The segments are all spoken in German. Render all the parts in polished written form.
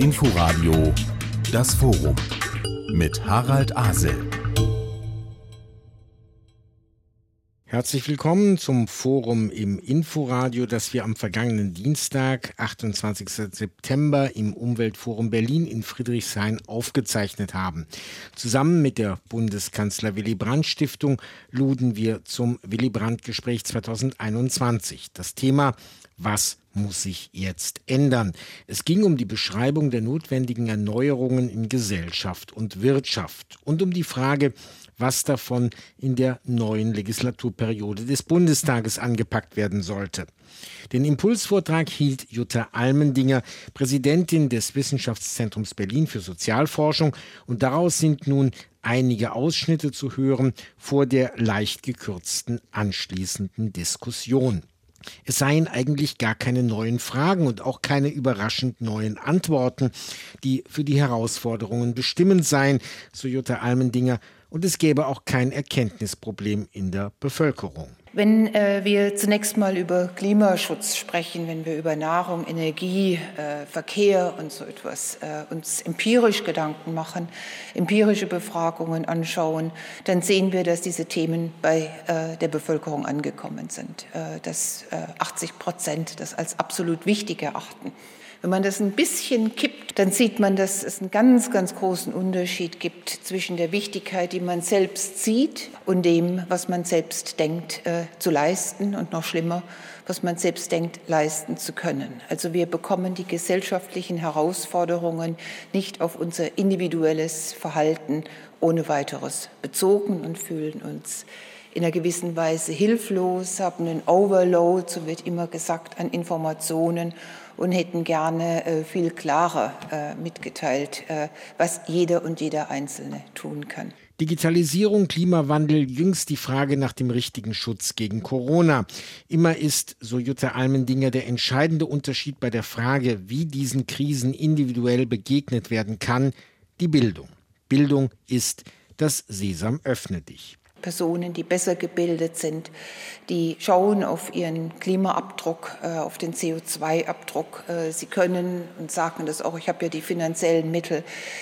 Inforadio Das Forum mit Harald Asel. Herzlich willkommen zum Forum im Inforadio, das wir am vergangenen Dienstag, 28. September, im Umweltforum Berlin in Friedrichshain aufgezeichnet haben. Zusammen mit der Bundeskanzler-Willy-Brandt-Stiftung luden wir zum Willy-Brandt-Gespräch 2021. Das Thema: Was muss sich jetzt ändern? Es ging um die Beschreibung der notwendigen Erneuerungen in Gesellschaft und Wirtschaft und um die Frage, was davon in der neuen Legislaturperiode des Bundestages angepackt werden sollte. Den Impulsvortrag hielt Jutta Almendinger, Präsidentin des Wissenschaftszentrums Berlin für Sozialforschung, und daraus sind nun einige Ausschnitte zu hören vor der leicht gekürzten anschließenden Diskussion. Es seien eigentlich gar keine neuen Fragen und auch keine überraschend neuen Antworten, die für die Herausforderungen bestimmend seien, so Jutta Almendinger, und es gäbe auch kein Erkenntnisproblem in der Bevölkerung. Wenn wir zunächst mal über Klimaschutz sprechen, wenn wir über Nahrung, Energie, Verkehr und so etwas uns empirisch Gedanken machen, empirische Befragungen anschauen, dann sehen wir, dass diese Themen bei der Bevölkerung angekommen sind, dass 80% das als absolut wichtig erachten. Wenn man das ein bisschen kippt, dann sieht man, dass es einen ganz, ganz großen Unterschied gibt zwischen der Wichtigkeit, die man selbst sieht, und dem, was man selbst denkt zu leisten, und noch schlimmer, was man selbst denkt leisten zu können. Also wir bekommen die gesellschaftlichen Herausforderungen nicht auf unser individuelles Verhalten ohne weiteres bezogen und fühlen uns in einer gewissen Weise hilflos, haben einen Overload, so wird immer gesagt, an Informationen, und hätten gerne viel klarer mitgeteilt, was jeder und jeder Einzelne tun kann. Digitalisierung, Klimawandel, jüngst die Frage nach dem richtigen Schutz gegen Corona. Immer ist, so Jutta Almendinger, der entscheidende Unterschied bei der Frage, wie diesen Krisen individuell begegnet werden kann, die Bildung. Bildung ist das Sesam, öffne dich. Personen, die besser gebildet sind, die schauen auf ihren Klimaabdruck, auf den CO2-Abdruck. Sie können, und sagen das auch, ich habe ja die finanziellen Mittel,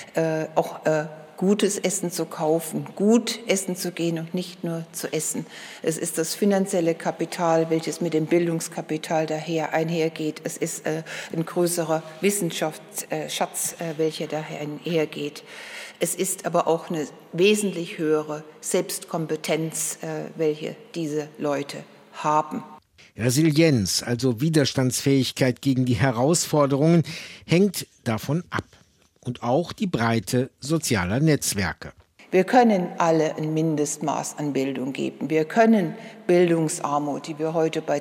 auch gutes Essen zu kaufen, gut essen zu gehen und nicht nur zu essen. Es ist das finanzielle Kapital, welches mit dem Bildungskapital einhergeht. Es ist ein größerer Wissenschaftsschatz, welcher daher einhergeht. Es ist aber auch eine wesentlich höhere Selbstkompetenz, welche diese Leute haben. Resilienz, also Widerstandsfähigkeit gegen die Herausforderungen, hängt davon ab. Und auch die Breite sozialer Netzwerke. Wir können alle ein Mindestmaß an Bildung geben. Wir können Bildungsarmut, die wir heute bei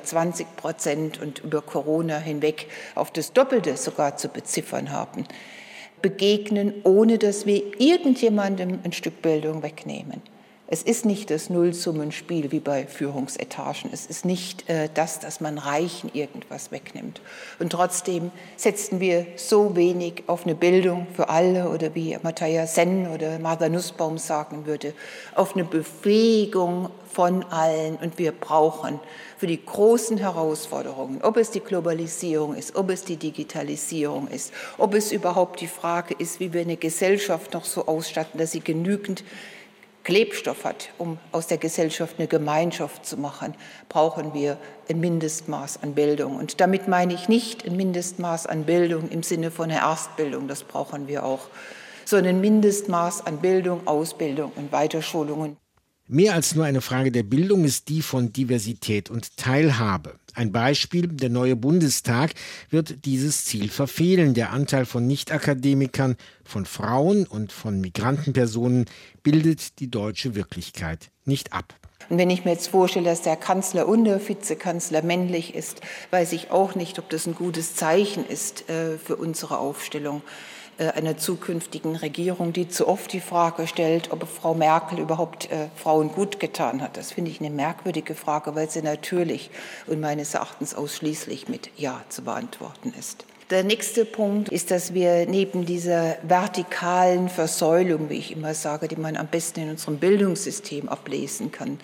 20% und über Corona hinweg auf das Doppelte sogar zu beziffern haben, begegnen, ohne dass wir irgendjemandem ein Stück Bildung wegnehmen. Es ist nicht das Nullsummenspiel wie bei Führungsetagen. Es ist nicht dass man Reichen irgendwas wegnimmt. Und trotzdem setzen wir so wenig auf eine Bildung für alle, oder wie Amartya Sen oder Martha Nussbaum sagen würde, auf eine Befähigung von allen. Und wir brauchen für die großen Herausforderungen, ob es die Globalisierung ist, ob es die Digitalisierung ist, ob es überhaupt die Frage ist, wie wir eine Gesellschaft noch so ausstatten, dass sie genügend Klebstoff hat, um aus der Gesellschaft eine Gemeinschaft zu machen, brauchen wir ein Mindestmaß an Bildung. Und damit meine ich nicht ein Mindestmaß an Bildung im Sinne von einer Erstbildung, das brauchen wir auch, sondern ein Mindestmaß an Bildung, Ausbildung und Weiterschulungen. Mehr als nur eine Frage der Bildung ist die von Diversität und Teilhabe. Ein Beispiel: Der neue Bundestag wird dieses Ziel verfehlen. Der Anteil von Nicht-Akademikern, von Frauen und von Migrantenpersonen bildet die deutsche Wirklichkeit nicht ab. Und wenn ich mir jetzt vorstelle, dass der Kanzler und der Vizekanzler männlich ist, weiß ich auch nicht, ob das ein gutes Zeichen ist für unsere Aufstellung einer zukünftigen Regierung, die zu oft die Frage stellt, ob Frau Merkel überhaupt Frauen gut getan hat. Das finde ich eine merkwürdige Frage, weil sie natürlich und meines Erachtens ausschließlich mit Ja zu beantworten ist. Der nächste Punkt ist, dass wir neben dieser vertikalen Versäulung, wie ich immer sage, die man am besten in unserem Bildungssystem ablesen kann,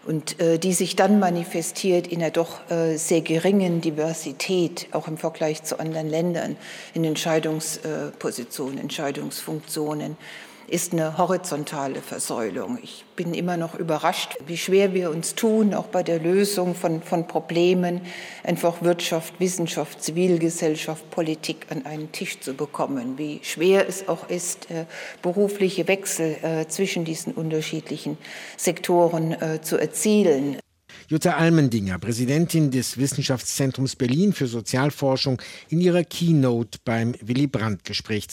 und die sich dann manifestiert in einer doch sehr geringen Diversität, auch im Vergleich zu anderen Ländern, in Entscheidungspositionen, Entscheidungsfunktionen, ist eine horizontale Versäulung. Ich bin immer noch überrascht, wie schwer wir uns tun, auch bei der Lösung von Problemen, einfach Wirtschaft, Wissenschaft, Zivilgesellschaft, Politik an einen Tisch zu bekommen. Wie schwer es auch ist, berufliche Wechsel zwischen diesen unterschiedlichen Sektoren zu erzielen. Jutta Almendinger, Präsidentin des Wissenschaftszentrums Berlin für Sozialforschung, in ihrer Keynote beim Willy-Brandt-Gespräch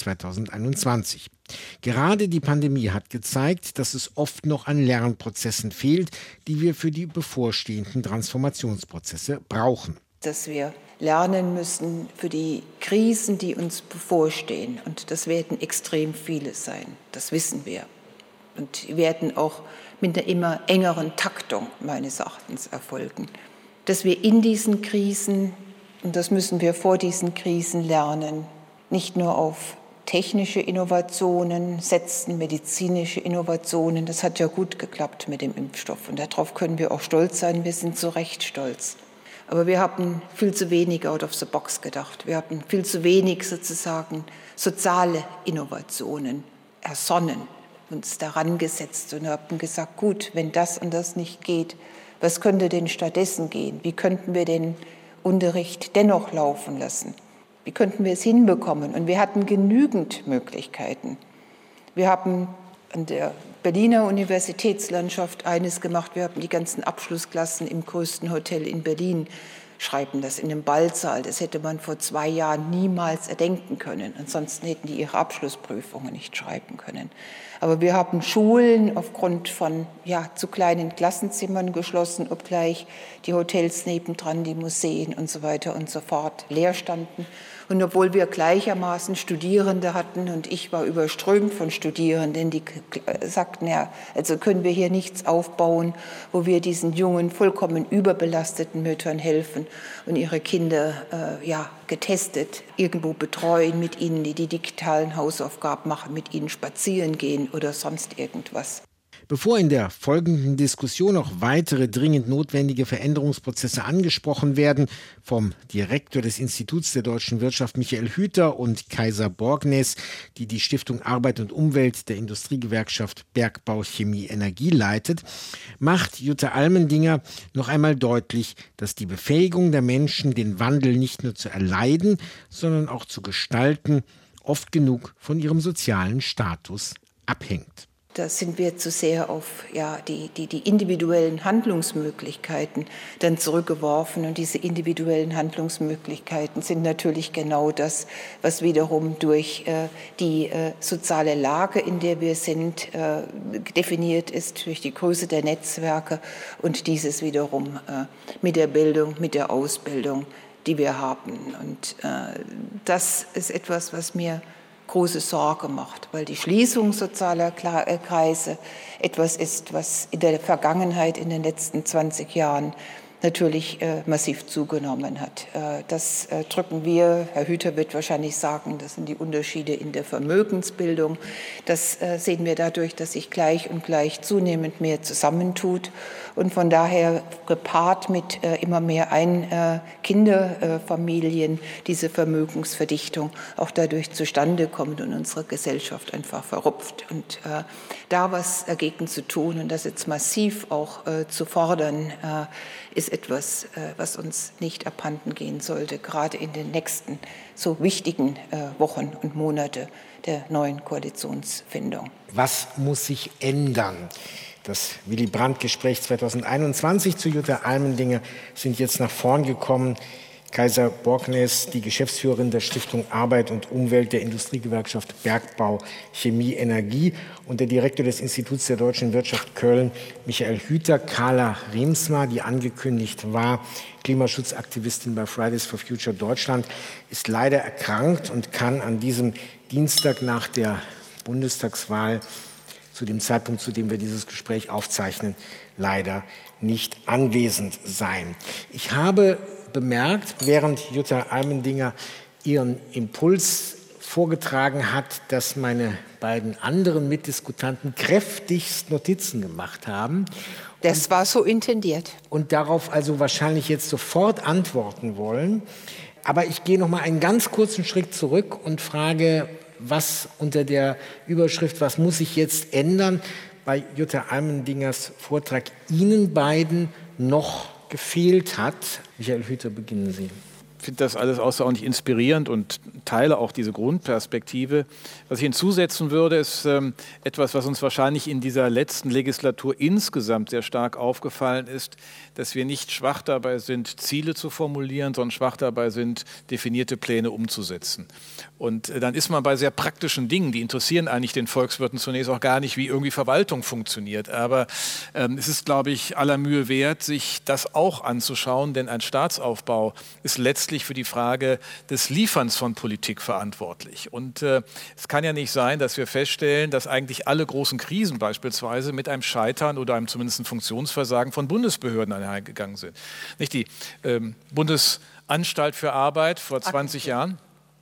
2021. Gerade die Pandemie hat gezeigt, dass es oft noch an Lernprozessen fehlt, die wir für die bevorstehenden Transformationsprozesse brauchen. Dass wir lernen müssen für die Krisen, die uns bevorstehen. Und das werden extrem viele sein, das wissen wir. Und die werden auch mit einer immer engeren Taktung meines Erachtens erfolgen. Dass wir in diesen Krisen, und das müssen wir vor diesen Krisen lernen, nicht nur auf technische Innovationen setzen, medizinische Innovationen. Das hat ja gut geklappt mit dem Impfstoff und darauf können wir auch stolz sein. Wir sind zu Recht stolz. Aber wir haben viel zu wenig out of the box gedacht. Wir haben viel zu wenig sozusagen soziale Innovationen ersonnen, uns daran gesetzt und haben gesagt, gut, wenn das und das nicht geht, was könnte denn stattdessen gehen? Wie könnten wir den Unterricht dennoch laufen lassen? Wie könnten wir es hinbekommen? Und wir hatten genügend Möglichkeiten. Wir haben an der Berliner Universitätslandschaft eines gemacht. Wir haben die ganzen Abschlussklassen im größten Hotel in Berlin schreiben das in einem Ballsaal. Das hätte man vor 2 Jahren niemals erdenken können. Ansonsten hätten die ihre Abschlussprüfungen nicht schreiben können. Aber wir haben Schulen aufgrund von zu kleinen Klassenzimmern geschlossen, obgleich die Hotels nebendran, die Museen und so weiter und so fort leer standen. Und obwohl wir gleichermaßen Studierende hatten und ich war überströmt von Studierenden, die sagten, also können wir hier nichts aufbauen, wo wir diesen jungen, vollkommen überbelasteten Müttern helfen und ihre Kinder getestet, irgendwo betreuen, mit ihnen die digitalen Hausaufgaben machen, mit ihnen spazieren gehen oder sonst irgendwas. Bevor in der folgenden Diskussion noch weitere dringend notwendige Veränderungsprozesse angesprochen werden, vom Direktor des Instituts der deutschen Wirtschaft Michael Hüter und Kaisa Borgnes, die die Stiftung Arbeit und Umwelt der Industriegewerkschaft Bergbau Chemie Energie leitet, macht Jutta Almendinger noch einmal deutlich, dass die Befähigung der Menschen, den Wandel nicht nur zu erleiden, sondern auch zu gestalten, oft genug von ihrem sozialen Status abhängt. Da sind wir zu sehr auf die individuellen Handlungsmöglichkeiten dann zurückgeworfen. Und diese individuellen Handlungsmöglichkeiten sind natürlich genau das, was wiederum durch die soziale Lage, in der wir sind, definiert ist, durch die Größe der Netzwerke und dieses wiederum mit der Bildung, mit der Ausbildung, die wir haben. Und das ist etwas, was mir große Sorge macht, weil die Schließung sozialer Kreise etwas ist, was in der Vergangenheit, in den letzten 20 Jahren natürlich massiv zugenommen hat. Das drücken wir, Herr Hüter wird wahrscheinlich sagen, das sind die Unterschiede in der Vermögensbildung. Das sehen wir dadurch, dass sich gleich und gleich zunehmend mehr zusammentut und von daher gepaart mit immer mehr Kinderfamilien diese Vermögensverdichtung auch dadurch zustande kommt und unsere Gesellschaft einfach verrupft. Und da was dagegen zu tun und das jetzt massiv auch zu fordern, ist etwas, was uns nicht abhanden gehen sollte, gerade in den nächsten so wichtigen Wochen und Monate der neuen Koalitionsfindung. Was muss sich ändern? Das Willy-Brandt-Gespräch 2021 zu Jutta Almendinger sind jetzt nach vorn gekommen. Kaisa Borgnes, die Geschäftsführerin der Stiftung Arbeit und Umwelt der Industriegewerkschaft Bergbau Chemie Energie und der Direktor des Instituts der deutschen Wirtschaft Köln, Michael Hüter, Carla Riemsma, die angekündigt war, Klimaschutzaktivistin bei Fridays for Future Deutschland, ist leider erkrankt und kann an diesem Dienstag nach der Bundestagswahl, zu dem Zeitpunkt, zu dem wir dieses Gespräch aufzeichnen, leider nicht anwesend sein. Ich habe bemerkt, während Jutta Almendinger ihren Impuls vorgetragen hat, dass meine beiden anderen Mitdiskutanten kräftigst Notizen gemacht haben. Das war so intendiert. Und darauf also wahrscheinlich jetzt sofort antworten wollen. Aber ich gehe noch mal einen ganz kurzen Schritt zurück und frage, was unter der Überschrift, was muss sich jetzt ändern, bei Jutta Almendingers Vortrag Ihnen beiden noch gefehlt hat. Michael Hüter, beginnen Sie. Ich finde das alles außerordentlich inspirierend und teile auch diese Grundperspektive. Was ich hinzusetzen würde, ist etwas, was uns wahrscheinlich in dieser letzten Legislatur insgesamt sehr stark aufgefallen ist, dass wir nicht schwach dabei sind, Ziele zu formulieren, sondern schwach dabei sind, definierte Pläne umzusetzen. Und dann ist man bei sehr praktischen Dingen, die interessieren eigentlich den Volkswirten zunächst auch gar nicht, wie irgendwie Verwaltung funktioniert. Aber es ist, glaube ich, aller Mühe wert, sich das auch anzuschauen, denn ein Staatsaufbau ist letztlich für die Frage des Lieferns von Politik verantwortlich. Und es kann ja nicht sein, dass wir feststellen, dass eigentlich alle großen Krisen beispielsweise mit einem Scheitern oder einem zumindest Funktionsversagen von Bundesbehörden einhergegangen sind. Nicht die Bundesanstalt für Arbeit vor 20 Jahren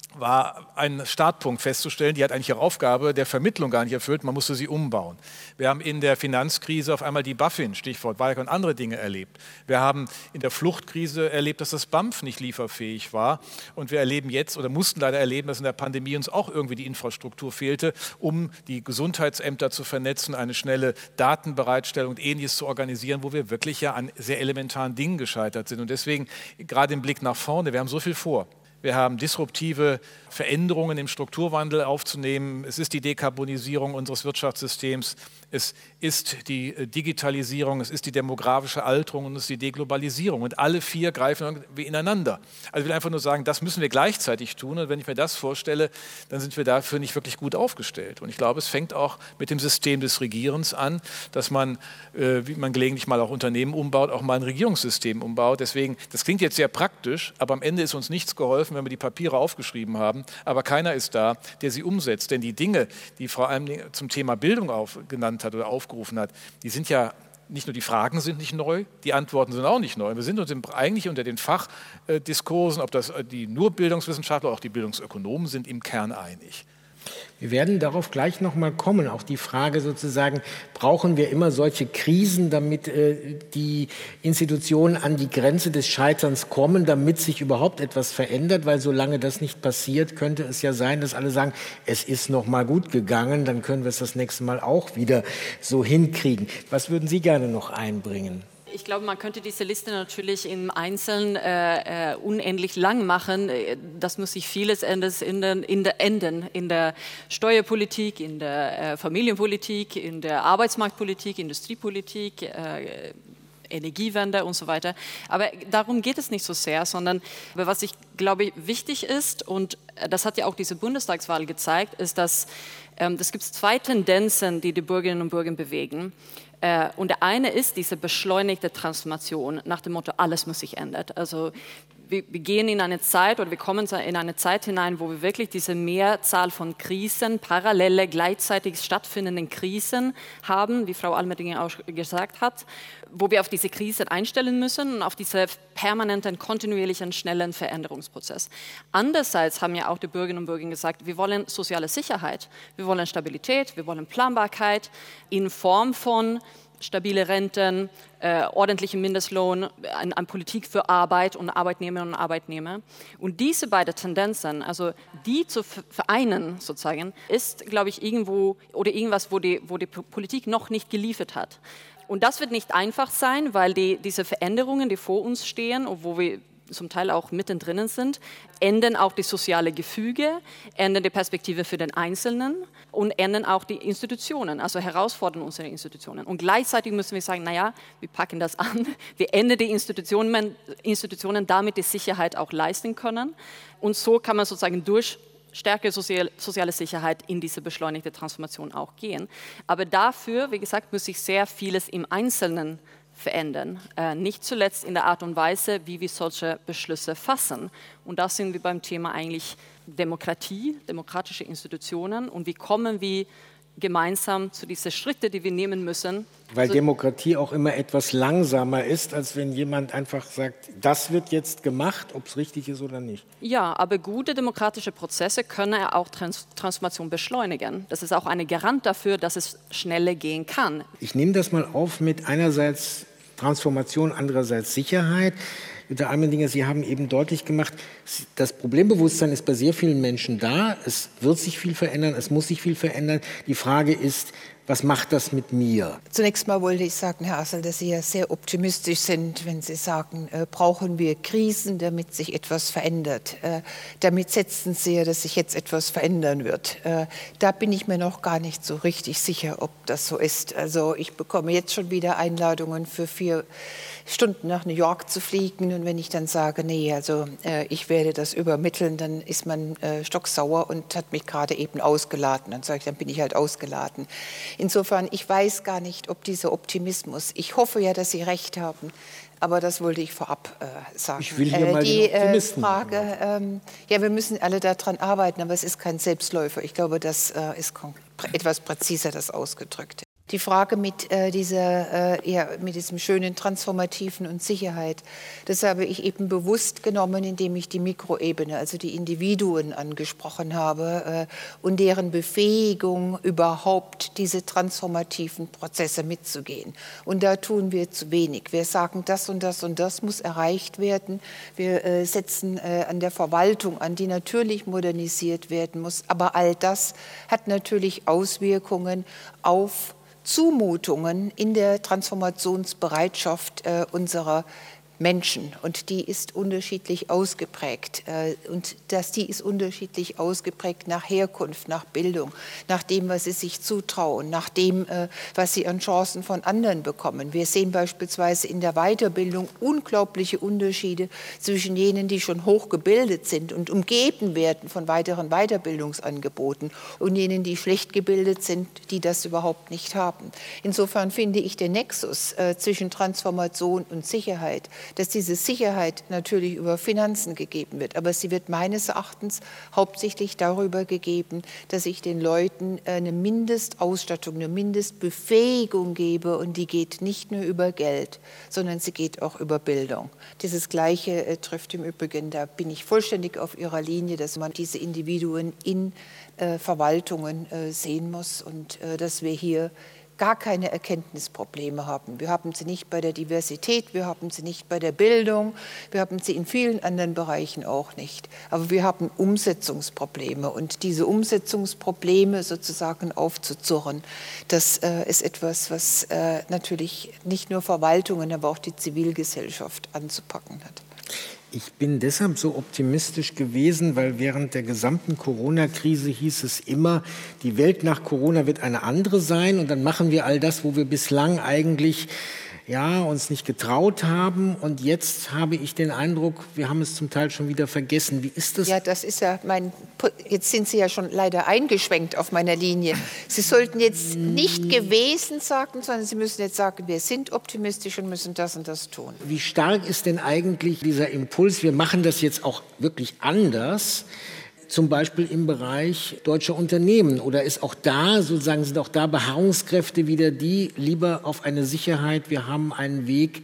war ein Startpunkt festzustellen, die hat eigentlich ihre Aufgabe der Vermittlung gar nicht erfüllt, man musste sie umbauen. Wir haben in der Finanzkrise auf einmal die BaFin, Stichwort Walk, und andere Dinge erlebt. Wir haben in der Fluchtkrise erlebt, dass das BAMF nicht lieferfähig war, und wir erleben jetzt oder mussten leider erleben, dass in der Pandemie uns auch irgendwie die Infrastruktur fehlte, um die Gesundheitsämter zu vernetzen, eine schnelle Datenbereitstellung und Ähnliches zu organisieren, wo wir wirklich ja an sehr elementaren Dingen gescheitert sind. Und deswegen gerade im Blick nach vorne, wir haben so viel vor. Wir haben disruptive Veränderungen im Strukturwandel aufzunehmen. Es ist die Dekarbonisierung unseres Wirtschaftssystems, es ist die Digitalisierung, es ist die demografische Alterung und es ist die Deglobalisierung. Und alle vier greifen irgendwie ineinander. Also ich will einfach nur sagen, das müssen wir gleichzeitig tun. Und wenn ich mir das vorstelle, dann sind wir dafür nicht wirklich gut aufgestellt. Und ich glaube, es fängt auch mit dem System des Regierens an, dass man, wie man gelegentlich mal auch Unternehmen umbaut, auch mal ein Regierungssystem umbaut. Deswegen, das klingt jetzt sehr praktisch, aber am Ende ist uns nichts geholfen, wenn wir die Papiere aufgeschrieben haben, aber keiner ist da, der sie umsetzt. Denn die Dinge, die Frau Almending zum Thema Bildung genannt hat oder aufgerufen hat, die sind ja, nicht nur die Fragen sind nicht neu, die Antworten sind auch nicht neu. Wir sind uns eigentlich unter den Fachdiskursen, ob das die nur Bildungswissenschaftler oder auch die Bildungsökonomen sind, im Kern einig. Wir werden darauf gleich noch mal kommen. Auch die Frage sozusagen, brauchen wir immer solche Krisen, damit die Institutionen an die Grenze des Scheiterns kommen, damit sich überhaupt etwas verändert? Weil solange das nicht passiert, könnte es ja sein, dass alle sagen, es ist noch mal gut gegangen, dann können wir es das nächste Mal auch wieder so hinkriegen. Was würden Sie gerne noch einbringen? Ich glaube, man könnte diese Liste natürlich im Einzelnen unendlich lang machen. Das muss sich vieles ändern in der Steuerpolitik, in der Familienpolitik, in der Arbeitsmarktpolitik, Industriepolitik, Energiewende und so weiter. Aber darum geht es nicht so sehr, sondern was ich glaube wichtig ist, und das hat ja auch diese Bundestagswahl gezeigt, ist, dass es gibt zwei Tendenzen, die die Bürgerinnen und Bürger bewegen. Und der eine ist diese beschleunigte Transformation nach dem Motto, alles muss sich ändern. Also wir gehen in eine Zeit oder wir kommen in eine Zeit hinein, wo wir wirklich diese Mehrzahl von Krisen, parallele, gleichzeitig stattfindenden Krisen haben, wie Frau Almendinger auch gesagt hat, wo wir auf diese Krise einstellen müssen und auf diesen permanenten, kontinuierlichen, schnellen Veränderungsprozess. Andererseits haben ja auch die Bürgerinnen und Bürger gesagt, wir wollen soziale Sicherheit, wir wollen Stabilität, wir wollen Planbarkeit in Form von stabile Renten, ordentlichen Mindestlohn, eine Politik für Arbeit und Arbeitnehmerinnen und Arbeitnehmer. Und diese beiden Tendenzen, also die zu vereinen sozusagen, ist, glaube ich, irgendwo oder irgendwas, wo die Politik noch nicht geliefert hat. Und das wird nicht einfach sein, weil diese Veränderungen, die vor uns stehen und wo wir zum Teil auch mittendrin sind, ändern auch die soziale Gefüge, ändern die Perspektive für den Einzelnen und ändern auch die Institutionen, also herausfordern unsere Institutionen. Und gleichzeitig müssen wir sagen, naja, wir packen das an, wir ändern die Institutionen, damit die Sicherheit auch leisten können. Und so kann man sozusagen durch stärkere soziale Sicherheit in diese beschleunigte Transformation auch gehen. Aber dafür, wie gesagt, muss sich sehr vieles im Einzelnen verändern. Nicht zuletzt in der Art und Weise, wie wir solche Beschlüsse fassen. Und da sind wir beim Thema eigentlich Demokratie, demokratische Institutionen und wie kommen wir gemeinsam zu diesen Schritten, die wir nehmen müssen. Weil Demokratie auch immer etwas langsamer ist, als wenn jemand einfach sagt, das wird jetzt gemacht, ob es richtig ist oder nicht. Ja, aber gute demokratische Prozesse können auch Transformation beschleunigen. Das ist auch ein Garant dafür, dass es schneller gehen kann. Ich nehme das mal auf mit einerseits Transformation, andererseits Sicherheit. Jutta Almendinger, Sie haben eben deutlich gemacht, das Problembewusstsein ist bei sehr vielen Menschen da. Es wird sich viel verändern, es muss sich viel verändern. Die Frage ist, was macht das mit mir? Zunächst mal wollte ich sagen, Herr Assel, dass Sie ja sehr optimistisch sind, wenn Sie sagen, brauchen wir Krisen, damit sich etwas verändert. Damit setzen Sie ja, dass sich jetzt etwas verändern wird. Da bin ich mir noch gar nicht so richtig sicher, ob das so ist. Also ich bekomme jetzt schon wieder Einladungen für 4 Stunden nach New York zu fliegen. Und wenn ich dann sage, nee, also ich werde das übermitteln, dann ist man stocksauer und hat mich gerade eben ausgeladen. Dann sage ich, dann bin ich halt ausgeladen. Insofern, ich weiß gar nicht, ob dieser Optimismus, ich hoffe ja, dass Sie recht haben, aber das wollte ich vorab sagen. Ich will hier mal die Frage, ja, wir müssen alle daran arbeiten, aber es ist kein Selbstläufer. Ich glaube, das ist etwas präziser das ausgedrückt. Die Frage mit diesem schönen Transformativen und Sicherheit, das habe ich eben bewusst genommen, indem ich die Mikroebene, also die Individuen angesprochen habe und deren Befähigung, überhaupt diese transformativen Prozesse mitzugehen. Und da tun wir zu wenig. Wir sagen, das und das und das muss erreicht werden. Wir setzen an der Verwaltung an, die natürlich modernisiert werden muss. Aber all das hat natürlich Auswirkungen auf Zumutungen in der Transformationsbereitschaft unserer Menschen. Und die ist unterschiedlich ausgeprägt. Und die ist unterschiedlich ausgeprägt nach Herkunft, nach Bildung, nach dem, was sie sich zutrauen, nach dem, was sie an Chancen von anderen bekommen. Wir sehen beispielsweise in der Weiterbildung unglaubliche Unterschiede zwischen jenen, die schon hochgebildet sind und umgeben werden von weiteren Weiterbildungsangeboten und jenen, die schlecht gebildet sind, die das überhaupt nicht haben. Insofern finde ich den Nexus zwischen Transformation und Sicherheit, dass diese Sicherheit natürlich über Finanzen gegeben wird. Aber sie wird meines Erachtens hauptsächlich darüber gegeben, dass ich den Leuten eine Mindestausstattung, eine Mindestbefähigung gebe. Und die geht nicht nur über Geld, sondern sie geht auch über Bildung. Dieses Gleiche trifft im Übrigen, da bin ich vollständig auf Ihrer Linie, dass man diese Individuen in Verwaltungen sehen muss und dass wir hier gar keine Erkenntnisprobleme haben. Wir haben sie nicht bei der Diversität, wir haben sie nicht bei der Bildung, wir haben sie in vielen anderen Bereichen auch nicht. Aber wir haben Umsetzungsprobleme und diese Umsetzungsprobleme sozusagen aufzuzurren, das ist etwas, was natürlich nicht nur Verwaltungen, aber auch die Zivilgesellschaft anzupacken hat. Ich bin deshalb so optimistisch gewesen, weil während der gesamten Corona-Krise hieß es immer, die Welt nach Corona wird eine andere sein und dann machen wir all das, wo wir bislang eigentlich uns nicht getraut haben. Und jetzt habe ich den Eindruck, wir haben es zum Teil schon wieder vergessen. Wie ist das? Ja, das ist ja jetzt sind Sie ja schon leider eingeschwenkt auf meiner Linie. Sie sollten jetzt nicht gewesen sagen, sondern Sie müssen jetzt sagen, wir sind optimistisch und müssen das und das tun. Wie stark ist denn eigentlich dieser Impuls, wir machen das jetzt auch wirklich anders, zum Beispiel im Bereich deutscher Unternehmen? Oder ist auch da, sozusagen, sind auch da Beharrungskräfte wieder die, lieber auf eine Sicherheit, wir haben einen Weg,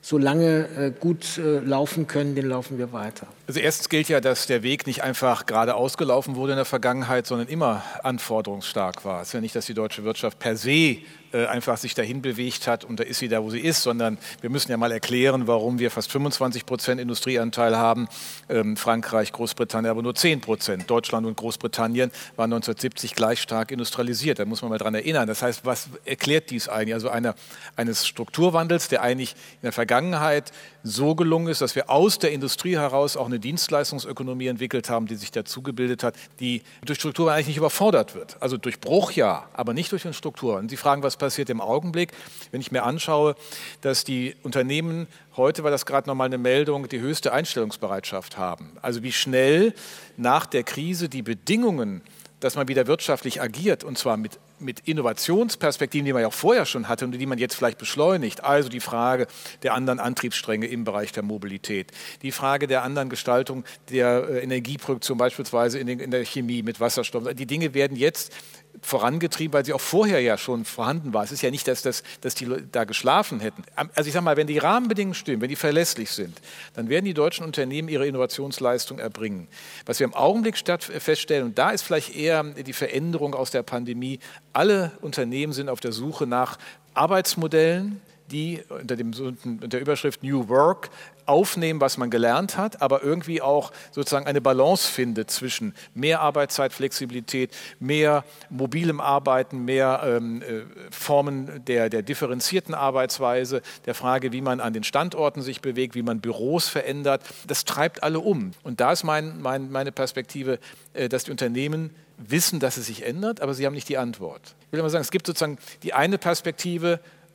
solange gut laufen können, den laufen wir weiter? Also erstens gilt ja, dass der Weg nicht einfach gerade ausgelaufen wurde in der Vergangenheit, sondern immer anforderungsstark war. Es ist ja nicht, dass die deutsche Wirtschaft per se einfach sich dahin bewegt hat und da ist sie da, wo sie ist, sondern wir müssen ja mal erklären, warum wir fast 25% Industrieanteil haben. Frankreich, Großbritannien aber nur 10%. Deutschland und Großbritannien waren 1970 gleich stark industrialisiert. Da muss man mal dran erinnern. Das heißt, was erklärt dies eigentlich? Also eines Strukturwandels, der eigentlich in der Vergangenheit so gelungen ist, dass wir aus der Industrie heraus auch eine Dienstleistungsökonomie entwickelt haben, die sich dazu gebildet hat, die durch Strukturen eigentlich nicht überfordert wird. Also durch Bruch ja, aber nicht durch den Strukturen. Sie fragen, was passiert im Augenblick, wenn ich mir anschaue, dass die Unternehmen heute, war das gerade nochmal eine Meldung, die höchste Einstellungsbereitschaft haben. Also wie schnell nach der Krise die Bedingungen, dass man wieder wirtschaftlich agiert, und zwar mit mit Innovationsperspektiven, die man ja auch vorher schon hatte und die man jetzt vielleicht beschleunigt, also die Frage der anderen Antriebsstränge im Bereich der Mobilität, die Frage der anderen Gestaltung der Energieproduktion, beispielsweise in der Chemie mit Wasserstoff, die Dinge werden jetzt vorangetrieben, weil sie auch vorher ja schon vorhanden war. Es ist ja nicht, dass die da geschlafen hätten. Also ich sage mal, wenn die Rahmenbedingungen stimmen, wenn die verlässlich sind, dann werden die deutschen Unternehmen ihre Innovationsleistung erbringen. Was wir im Augenblick feststellen, und da ist vielleicht eher die Veränderung aus der Pandemie, alle Unternehmen sind auf der Suche nach Arbeitsmodellen, die unter der Überschrift New Work aufnehmen, was man gelernt hat, aber irgendwie auch sozusagen eine Balance findet zwischen mehr Arbeitszeit, Flexibilität, mehr mobilem Arbeiten, mehr Formen der differenzierten Arbeitsweise, der Frage, wie man an den Standorten sich bewegt, wie man Büros verändert. Das treibt alle um. Und da ist meine Perspektive, dass die Unternehmen wissen, dass es sich ändert, aber sie haben nicht die Antwort. Ich will mal sagen, es gibt sozusagen die eine Perspektive,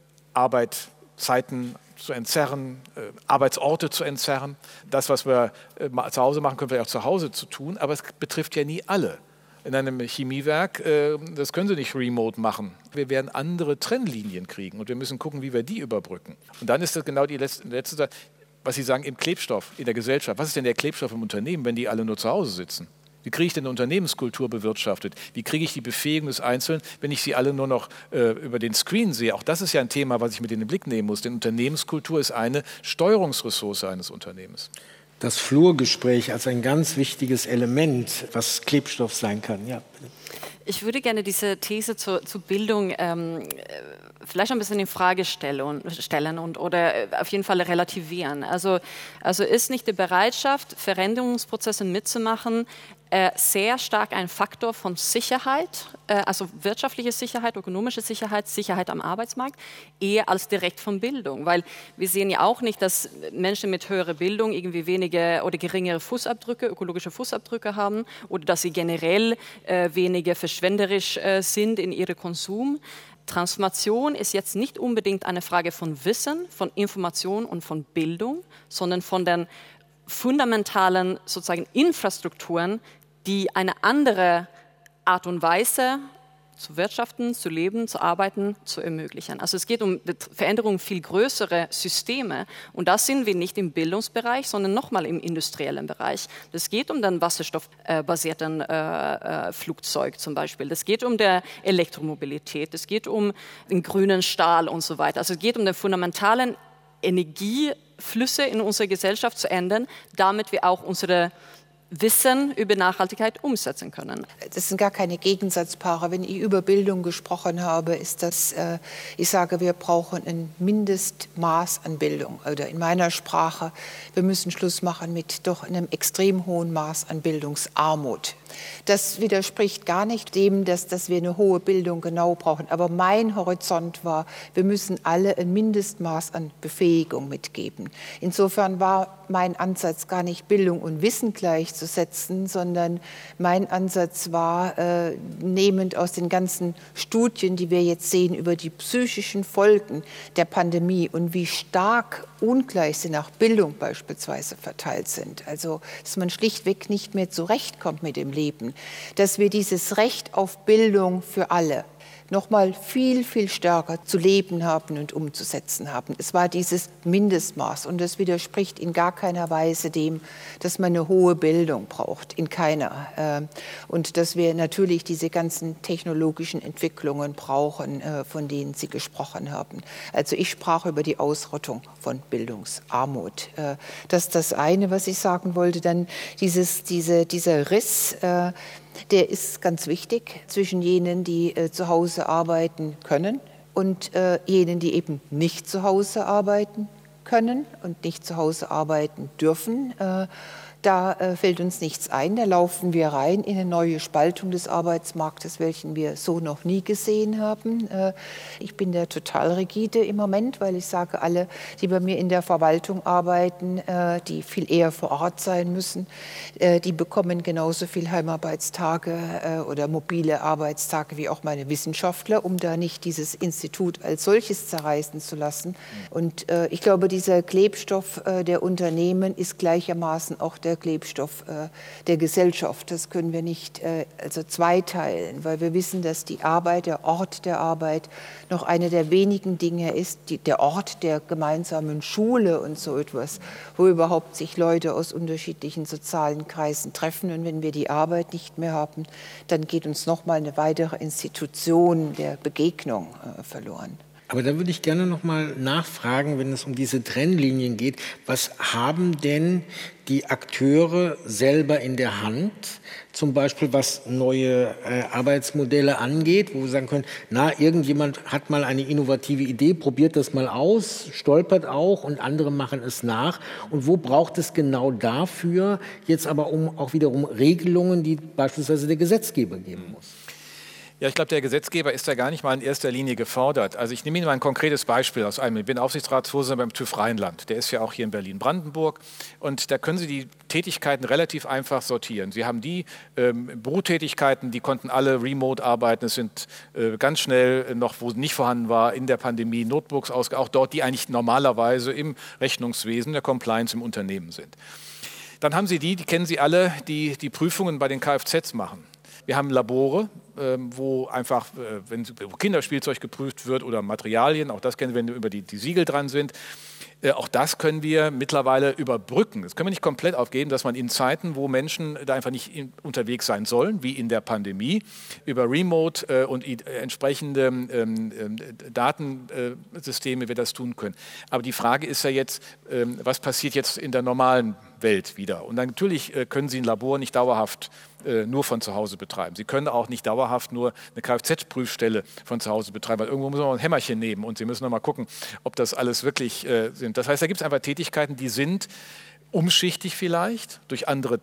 Arbeitszeiten zu entzerren, Arbeitsorte zu entzerren. Das, was wir zu Hause machen, können wir auch zu Hause zu tun, aber es betrifft ja nie alle. In einem Chemiewerk, das können Sie nicht remote machen. Wir werden andere Trennlinien kriegen und wir müssen gucken, wie wir die überbrücken. Und dann ist das genau die letzte Sache, was Sie sagen, im Klebstoff, in der Gesellschaft. Was ist denn der Klebstoff im Unternehmen, wenn die alle nur zu Hause sitzen? Wie kriege ich denn eine Unternehmenskultur bewirtschaftet? Wie kriege ich die Befähigung des Einzelnen, wenn ich sie alle nur noch über den Screen sehe? Auch das ist ja ein Thema, was ich mit in den Blick nehmen muss. Denn Unternehmenskultur ist eine Steuerungsressource eines Unternehmens. Das Flurgespräch als ein ganz wichtiges Element, was Klebstoff sein kann. Ja, bitte. Ich würde gerne diese These zur Bildung vielleicht ein bisschen in Frage stellen oder auf jeden Fall relativieren. Also ist nicht die Bereitschaft, Veränderungsprozesse mitzumachen, sehr stark ein Faktor von Sicherheit, also wirtschaftliche Sicherheit, ökonomische Sicherheit, Sicherheit am Arbeitsmarkt, eher als direkt von Bildung. Weil wir sehen ja auch nicht, dass Menschen mit höherer Bildung irgendwie weniger oder geringere Fußabdrücke, ökologische Fußabdrücke haben oder dass sie generell weniger verschwenderisch sind in ihrem Konsum. Transformation ist jetzt nicht unbedingt eine Frage von Wissen, von Information und von Bildung, sondern von den fundamentalen sozusagen Infrastrukturen, die eine andere Art und Weise zu wirtschaften, zu leben, zu arbeiten, zu ermöglichen. Also es geht um die Veränderung viel größere Systeme und da sind wir nicht im Bildungsbereich, sondern nochmal im industriellen Bereich. Das geht um den wasserstoffbasierten Flugzeug zum Beispiel. Das geht um die Elektromobilität. Das geht um den grünen Stahl und so weiter. Also es geht um den fundamentalen Energieflüsse in unserer Gesellschaft zu ändern, damit wir auch unsere Wissen über Nachhaltigkeit umsetzen können. Das sind gar keine Gegensatzpaare. Wenn ich über Bildung gesprochen habe, ist das, ich sage, wir brauchen ein Mindestmaß an Bildung. Oder in meiner Sprache, wir müssen Schluss machen mit doch einem extrem hohen Maß an Bildungsarmut. Das widerspricht gar nicht dem, dass wir eine hohe Bildung genau brauchen. Aber mein Horizont war, wir müssen alle ein Mindestmaß an Befähigung mitgeben. Insofern war mein Ansatz gar nicht Bildung und Wissen gleichzusetzen, sondern mein Ansatz war, nehmend aus den ganzen Studien, die wir jetzt sehen über die psychischen Folgen der Pandemie und wie stark ungleich sie nach Bildung beispielsweise verteilt sind. Also, dass man schlichtweg nicht mehr zurechtkommt mit dem Leben. Dass wir dieses Recht auf Bildung für alle noch mal viel, viel stärker zu leben haben und umzusetzen haben. Es war dieses Mindestmaß und das widerspricht in gar keiner Weise dem, dass man eine hohe Bildung braucht, in keiner. Und dass wir natürlich diese ganzen technologischen Entwicklungen brauchen, von denen Sie gesprochen haben. Also ich sprach über die Ausrottung von Bildungsarmut. Das ist das eine, was ich sagen wollte. Dann dieser Riss, der ist ganz wichtig zwischen jenen, die zu Hause arbeiten können und jenen, die eben nicht zu Hause arbeiten können und nicht zu Hause arbeiten dürfen. Da fällt uns nichts ein, da laufen wir rein in eine neue Spaltung des Arbeitsmarktes, welchen wir so noch nie gesehen haben. Ich bin da total rigide im Moment, weil ich sage, alle, die bei mir in der Verwaltung arbeiten, die viel eher vor Ort sein müssen, die bekommen genauso viel Heimarbeitstage oder mobile Arbeitstage wie auch meine Wissenschaftler, um da nicht dieses Institut als solches zerreißen zu lassen. Und ich glaube, dieser Klebstoff der Unternehmen ist gleichermaßen auch der der Klebstoff der Gesellschaft. Das können wir nicht also zweiteilen, weil wir wissen, dass die Arbeit, der Ort der Arbeit noch eine der wenigen Dinge ist, der Ort der gemeinsamen Schule und so etwas, wo überhaupt sich Leute aus unterschiedlichen sozialen Kreisen treffen. Und wenn wir die Arbeit nicht mehr haben, dann geht uns nochmal eine weitere Institution der Begegnung verloren. Aber da würde ich gerne noch mal nachfragen, wenn es um diese Trennlinien geht. Was haben denn die Akteure selber in der Hand, zum Beispiel was neue Arbeitsmodelle angeht, wo wir sagen können, irgendjemand hat mal eine innovative Idee, probiert das mal aus, stolpert auch und andere machen es nach. Und wo braucht es genau dafür jetzt aber auch wiederum Regelungen, die beispielsweise der Gesetzgeber geben muss? Ja, ich glaube, der Gesetzgeber ist da gar nicht mal in erster Linie gefordert. Also ich nehme Ihnen mal ein konkretes Beispiel aus einem. Ich bin Aufsichtsratsvorsitzender beim TÜV Rheinland. Der ist ja auch hier in Berlin-Brandenburg. Und da können Sie die Tätigkeiten relativ einfach sortieren. Sie haben die Bürotätigkeiten, die konnten alle remote arbeiten. Es sind ganz schnell noch, wo nicht vorhanden war, in der Pandemie Notebooks auch dort, die eigentlich normalerweise im Rechnungswesen, der Compliance im Unternehmen sind. Dann haben Sie die kennen Sie alle, die Prüfungen bei den Kfz machen. Wir haben Labore, wo einfach, wenn Kinderspielzeug geprüft wird oder Materialien, auch das kennen wir, wenn über die Siegel dran sind. Auch das können wir mittlerweile überbrücken. Das können wir nicht komplett aufgeben, dass man in Zeiten, wo Menschen da einfach nicht unterwegs sein sollen, wie in der Pandemie, über Remote und entsprechende Datensysteme wir das tun können. Aber die Frage ist ja jetzt, was passiert jetzt in der normalen Welt wieder? Und dann natürlich können Sie ein Labor nicht dauerhaft nur von zu Hause betreiben. Sie können auch nicht dauerhaft nur eine Kfz-Prüfstelle von zu Hause betreiben, weil irgendwo muss man ein Hämmerchen nehmen und Sie müssen noch mal gucken, ob das alles wirklich sind. Das heißt, da gibt es einfach Tätigkeiten, die sind umschichtig vielleicht, durch andere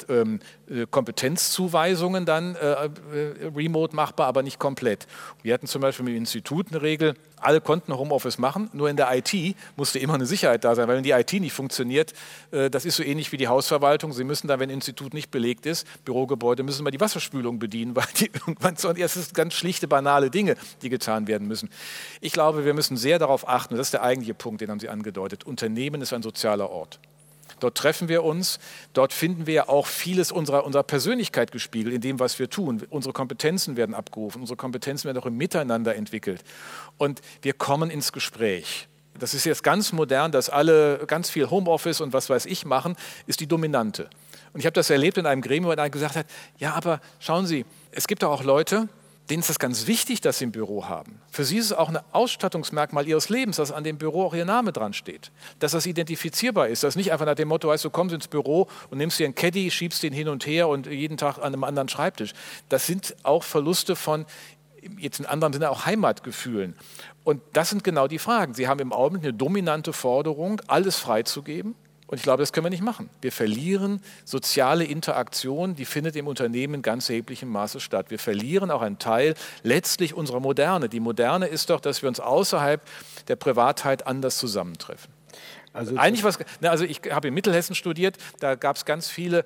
Kompetenzzuweisungen dann remote machbar, aber nicht komplett. Wir hatten zum Beispiel im Institut eine Regel, alle konnten Homeoffice machen, nur in der IT musste immer eine Sicherheit da sein, weil wenn die IT nicht funktioniert, das ist so ähnlich wie die Hausverwaltung, Sie müssen dann, wenn ein Institut nicht belegt ist, Bürogebäude, müssen wir die Wasserspülung bedienen, weil die irgendwann so, es ist ganz schlichte, banale Dinge, die getan werden müssen. Ich glaube, wir müssen sehr darauf achten, und das ist der eigentliche Punkt, den haben Sie angedeutet, Unternehmen ist ein sozialer Ort. Dort treffen wir uns, dort finden wir auch vieles unserer Persönlichkeit gespiegelt in dem, was wir tun. Unsere Kompetenzen werden abgerufen, unsere Kompetenzen werden auch im Miteinander entwickelt. Und wir kommen ins Gespräch. Das ist jetzt ganz modern, dass alle ganz viel Homeoffice und was weiß ich machen, ist die Dominante. Und ich habe das erlebt in einem Gremium, wo einer gesagt hat, ja, aber schauen Sie, es gibt doch auch Leute, denen ist es ganz wichtig, dass sie ein Büro haben. Für sie ist es auch ein Ausstattungsmerkmal ihres Lebens, dass an dem Büro auch ihr Name dran steht. Dass das identifizierbar ist, dass nicht einfach nach dem Motto heißt, du kommst ins Büro und nimmst dir einen Caddy, schiebst den hin und her und jeden Tag an einem anderen Schreibtisch. Das sind auch Verluste von, jetzt in anderem Sinne auch Heimatgefühlen. Und das sind genau die Fragen. Sie haben im Augenblick eine dominante Forderung, alles freizugeben. Und ich glaube, das können wir nicht machen. Wir verlieren soziale Interaktion, die findet im Unternehmen in ganz erheblichem Maße statt. Wir verlieren auch einen Teil letztlich unserer Moderne. Die Moderne ist doch, dass wir uns außerhalb der Privatheit anders zusammentreffen. Also ich habe in Mittelhessen studiert, da gab es ganz viele,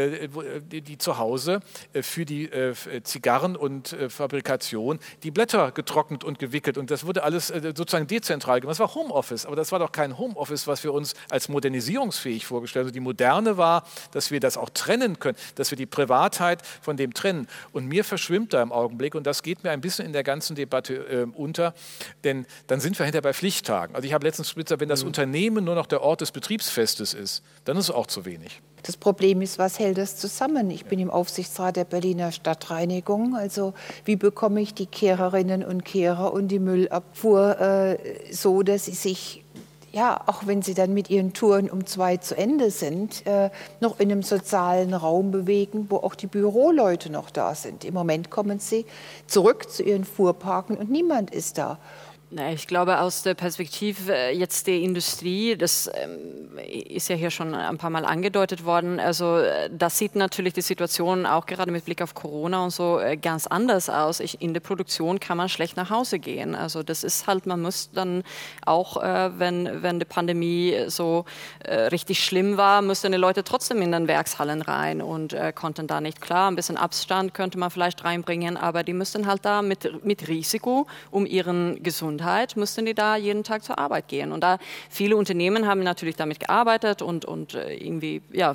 die zu Hause für die Zigarren und Fabrikation die Blätter getrocknet und gewickelt und das wurde alles sozusagen dezentral gemacht. Das war Homeoffice, aber das war doch kein Homeoffice, was wir uns als modernisierungsfähig vorgestellt haben. Also die Moderne war, dass wir das auch trennen können, dass wir die Privatheit von dem trennen. Und mir verschwimmt da im Augenblick, und das geht mir ein bisschen in der ganzen Debatte unter, denn dann sind wir hinterher bei Pflichttagen. Also ich habe letztens gesagt, wenn das Unternehmen nur noch der Ort des Betriebsfestes ist, dann ist es auch zu wenig. Das Problem ist, was hält das zusammen? Ich bin im Aufsichtsrat der Berliner Stadtreinigung. Also wie bekomme ich die Kehrerinnen und Kehrer und die Müllabfuhr so, dass sie sich, ja, auch wenn sie dann mit ihren Touren um 2 zu Ende sind, noch in einem sozialen Raum bewegen, wo auch die Büroleute noch da sind. Im Moment kommen sie zurück zu ihren Fuhrparken und niemand ist da. Ich glaube, aus der Perspektive jetzt der Industrie, das ist ja hier schon ein paar Mal angedeutet worden, also das sieht natürlich die Situation auch gerade mit Blick auf Corona und so ganz anders aus. In der Produktion kann man schlecht nach Hause gehen. Also das ist halt, man muss dann auch, wenn die Pandemie so richtig schlimm war, mussten die Leute trotzdem in den Werkshallen rein und konnten da nicht klar. Ein bisschen Abstand könnte man vielleicht reinbringen, aber die müssten halt da mit Risiko um ihren Gesundheit müssten die da jeden Tag zur Arbeit gehen. Und da viele Unternehmen haben natürlich damit gearbeitet und irgendwie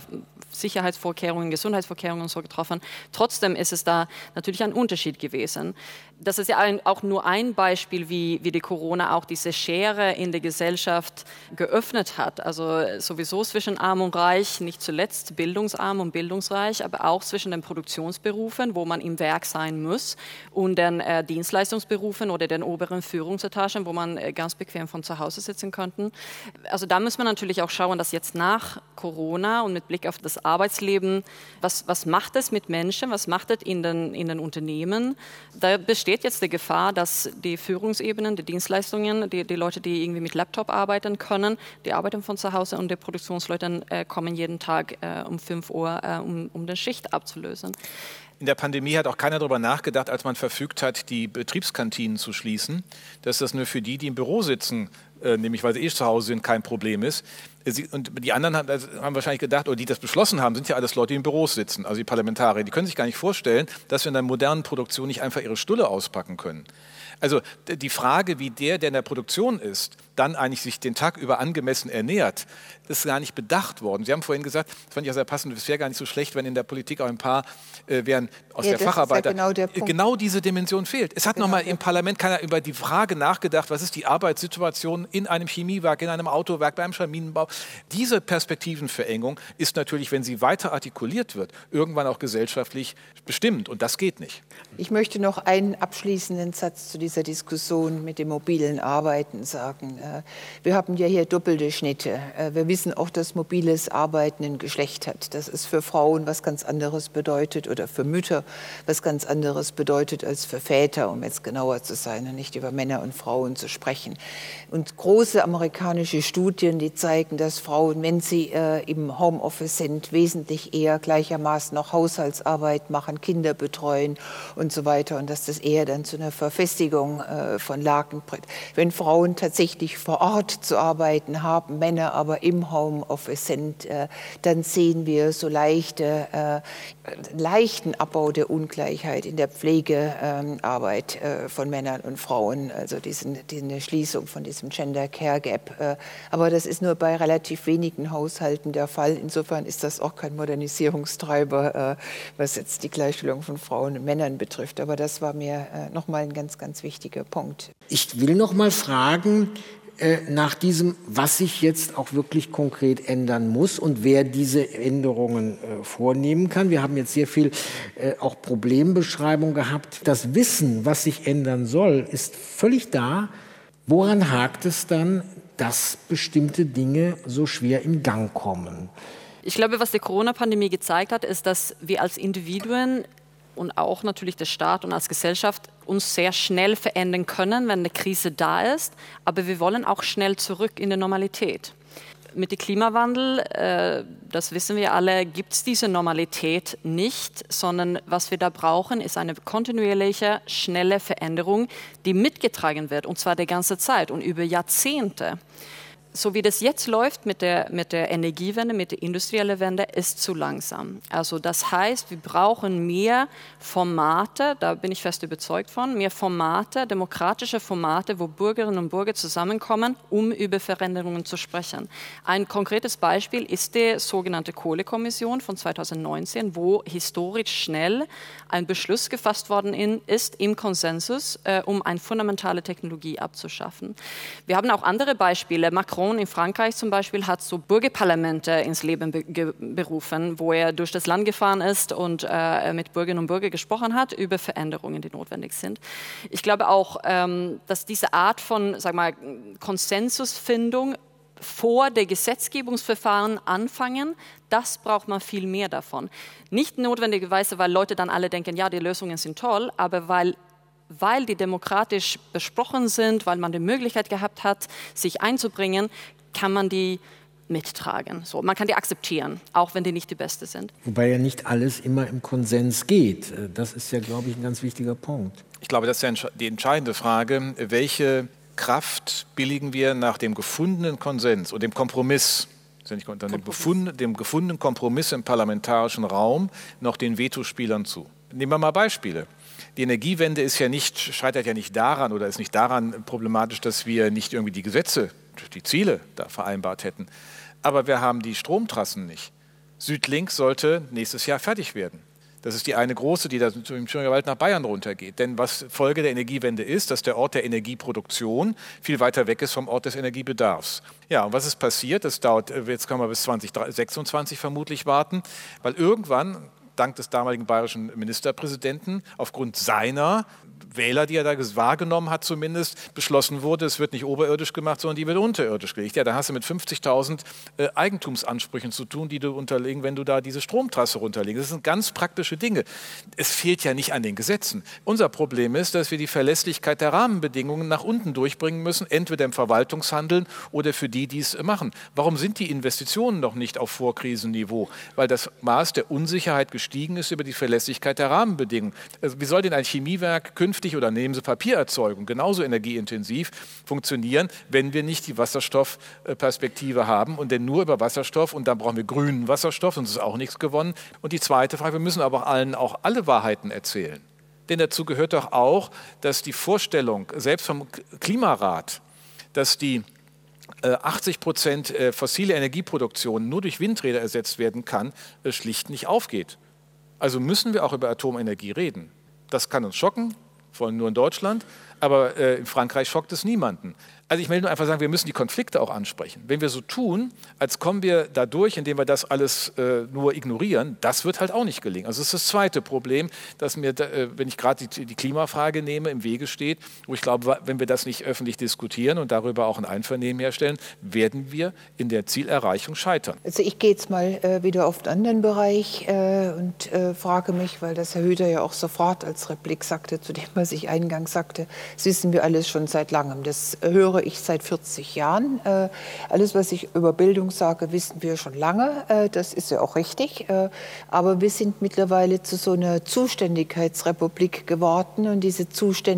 Sicherheitsvorkehrungen, Gesundheitsvorkehrungen und so getroffen. Trotzdem ist es da natürlich ein Unterschied gewesen. Das ist ja auch nur ein Beispiel, wie die Corona auch diese Schere in der Gesellschaft geöffnet hat. Also sowieso zwischen Arm und Reich, nicht zuletzt bildungsarm und bildungsreich, aber auch zwischen den Produktionsberufen, wo man im Werk sein muss, und den Dienstleistungsberufen oder den oberen Führungsetagen, wo man ganz bequem von zu Hause sitzen könnte. Also da muss man natürlich auch schauen, dass jetzt nach Corona und mit Blick auf das Arbeitsleben, was macht es mit Menschen, was macht es in den Unternehmen? Da besteht jetzt die Gefahr, dass die Führungsebenen, die Dienstleistungen, die Leute, die irgendwie mit Laptop arbeiten können, die arbeiten von zu Hause und die Produktionsleute kommen jeden Tag um 5 Uhr, um die Schicht abzulösen. In der Pandemie hat auch keiner darüber nachgedacht, als man verfügt hat, die Betriebskantinen zu schließen, dass das nur für die im Büro sitzen, nämlich weil sie zu Hause sind, kein Problem ist. Und die anderen haben wahrscheinlich gedacht, oder die das beschlossen haben, sind ja alles Leute, die in Büros sitzen, also die Parlamentarier. Die können sich gar nicht vorstellen, dass wir in der modernen Produktion nicht einfach ihre Stulle auspacken können. Also die Frage, wie der in der Produktion ist, dann eigentlich sich den Tag über angemessen ernährt, das ist gar nicht bedacht worden. Sie haben vorhin gesagt, das fand ich auch sehr passend, es wäre gar nicht so schlecht, wenn in der Politik auch ein paar wären aus der Facharbeiter. Ja genau diese Dimension fehlt. Es hat nochmal im Parlament keiner über die Frage nachgedacht, was ist die Arbeitssituation in einem Chemiewerk, in einem Autowerk, beim Schaminenbau. Diese Perspektivenverengung ist natürlich, wenn sie weiter artikuliert wird, irgendwann auch gesellschaftlich bestimmt. Und das geht nicht. Ich möchte noch einen abschließenden Satz zu dieser Diskussion mit dem mobilen Arbeiten sagen. Wir haben ja hier doppelte Schnitte. Wir wissen auch, dass mobiles Arbeiten ein Geschlecht hat. Das ist für Frauen was ganz anderes bedeutet oder für Mütter was ganz anderes bedeutet als für Väter, um jetzt genauer zu sein und nicht über Männer und Frauen zu sprechen. Und große amerikanische Studien, die zeigen, dass Frauen, wenn sie im Homeoffice sind, wesentlich eher gleichermaßen noch Haushaltsarbeit machen, Kinder betreuen und so weiter und dass das eher dann zu einer Verfestigung von Lagen bringt. Wenn Frauen tatsächlich vor Ort zu arbeiten haben, Männer aber im Homeoffice sind, dann sehen wir so leichten Abbau der Ungleichheit in der Pflegearbeit von Männern und Frauen, also diese Schließung von diesem Gender Care Gap. Aber das ist nur bei relativ wenigen Haushalten der Fall. Insofern ist das auch kein Modernisierungstreiber, was jetzt die Gleichstellung von Frauen und Männern betrifft. Aber das war mir nochmal ein ganz, ganz wichtiger Punkt. Ich will noch mal fragen nach diesem, was sich jetzt auch wirklich konkret ändern muss und wer diese Änderungen vornehmen kann. Wir haben jetzt sehr viel auch Problembeschreibung gehabt. Das Wissen, was sich ändern soll, ist völlig da. Woran hakt es dann, dass bestimmte Dinge so schwer in Gang kommen? Ich glaube, was die Corona-Pandemie gezeigt hat, ist, dass wir als Individuen und auch natürlich der Staat und als Gesellschaft uns sehr schnell verändern können, wenn eine Krise da ist. Aber wir wollen auch schnell zurück in die Normalität. Mit dem Klimawandel, das wissen wir alle, gibt es diese Normalität nicht, sondern was wir da brauchen, ist eine kontinuierliche, schnelle Veränderung, die mitgetragen wird, und zwar die ganze Zeit und über Jahrzehnte. So wie das jetzt läuft mit der Energiewende, mit der industriellen Wende, ist zu langsam. Also das heißt, wir brauchen mehr Formate, da bin ich fest überzeugt von, mehr Formate, demokratische Formate, wo Bürgerinnen und Bürger zusammenkommen, um über Veränderungen zu sprechen. Ein konkretes Beispiel ist die sogenannte Kohlekommission von 2019, wo historisch schnell ein Beschluss gefasst worden ist im Konsensus, um eine fundamentale Technologie abzuschaffen. Wir haben auch andere Beispiele. Macron in Frankreich zum Beispiel hat so Bürgerparlamente ins Leben berufen, wo er durch das Land gefahren ist und mit Bürgerinnen und Bürgern gesprochen hat über Veränderungen, die notwendig sind. Ich glaube auch, dass diese Art von, Konsensusfindung vor der Gesetzgebungsverfahren anfangen, das braucht man viel mehr davon. Nicht notwendigerweise, weil Leute dann alle denken, ja, die Lösungen sind toll, aber weil die demokratisch besprochen sind, weil man die Möglichkeit gehabt hat, sich einzubringen, kann man die mittragen. So, man kann die akzeptieren, auch wenn die nicht die beste sind. Wobei ja nicht alles immer im Konsens geht. Das ist ja, glaube ich, ein ganz wichtiger Punkt. Ich glaube, das ist ja die entscheidende Frage. Welche Kraft billigen wir nach dem gefundenen Konsens und dem Kompromiss, dem gefundenen Kompromiss im parlamentarischen Raum noch den Vetospielern zu? Nehmen wir mal Beispiele. Die Energiewende scheitert ja nicht daran oder ist nicht daran problematisch, dass wir nicht irgendwie die Gesetze, die Ziele da vereinbart hätten. Aber wir haben die Stromtrassen nicht. Südlink sollte nächstes Jahr fertig werden. Das ist die eine große, die da im Thüringer Wald nach Bayern runtergeht. Denn was Folge der Energiewende ist, dass der Ort der Energieproduktion viel weiter weg ist vom Ort des Energiebedarfs. Ja, und was ist passiert? Das dauert, jetzt kann man bis 2026 vermutlich warten, weil irgendwann, dank des damaligen bayerischen Ministerpräsidenten, aufgrund seiner Wähler, die er da wahrgenommen hat zumindest, beschlossen wurde, es wird nicht oberirdisch gemacht, sondern die wird unterirdisch gelegt. Ja, da hast du mit 50.000 Eigentumsansprüchen zu tun, die du unterlegen, wenn du da diese Stromtrasse runterlegst. Das sind ganz praktische Dinge. Es fehlt ja nicht an den Gesetzen. Unser Problem ist, dass wir die Verlässlichkeit der Rahmenbedingungen nach unten durchbringen müssen, entweder im Verwaltungshandeln oder für die es machen. Warum sind die Investitionen noch nicht auf Vorkrisenniveau? Weil das Maß der Unsicherheit gestiegen ist über die Verlässlichkeit der Rahmenbedingungen. Also wie soll denn ein Chemiewerk künftig oder nehmen Sie Papiererzeugung, genauso energieintensiv funktionieren, wenn wir nicht die Wasserstoffperspektive haben und denn nur über Wasserstoff und dann brauchen wir grünen Wasserstoff, sonst ist auch nichts gewonnen. Und die zweite Frage, wir müssen aber allen auch alle Wahrheiten erzählen. Denn dazu gehört doch auch, dass die Vorstellung, selbst vom Klimarat, dass die 80% fossile Energieproduktion nur durch Windräder ersetzt werden kann, schlicht nicht aufgeht. Also müssen wir auch über Atomenergie reden. Das kann uns schocken, vor allem nur in Deutschland, aber in Frankreich schockt es niemanden. Also ich will nur einfach sagen, wir müssen die Konflikte auch ansprechen. Wenn wir so tun, als kommen wir da durch, indem wir das alles nur ignorieren, das wird halt auch nicht gelingen. Also das ist das zweite Problem, das mir, wenn ich gerade die Klimafrage nehme, im Wege steht, wo ich glaube, wenn wir das nicht öffentlich diskutieren und darüber auch ein Einvernehmen herstellen, werden wir in der Zielerreichung scheitern. Also ich gehe jetzt mal wieder auf den anderen Bereich und frage mich, weil das Herr Hüter ja auch sofort als Replik sagte, zu dem, was ich eingangs sagte, das wissen wir alles schon seit langem. Das höre ich seit 40 Jahren. Alles, was ich über Bildung sage, wissen wir schon lange. Das ist ja auch richtig. Aber wir sind mittlerweile zu so einer Zuständigkeitsrepublik geworden. Und diese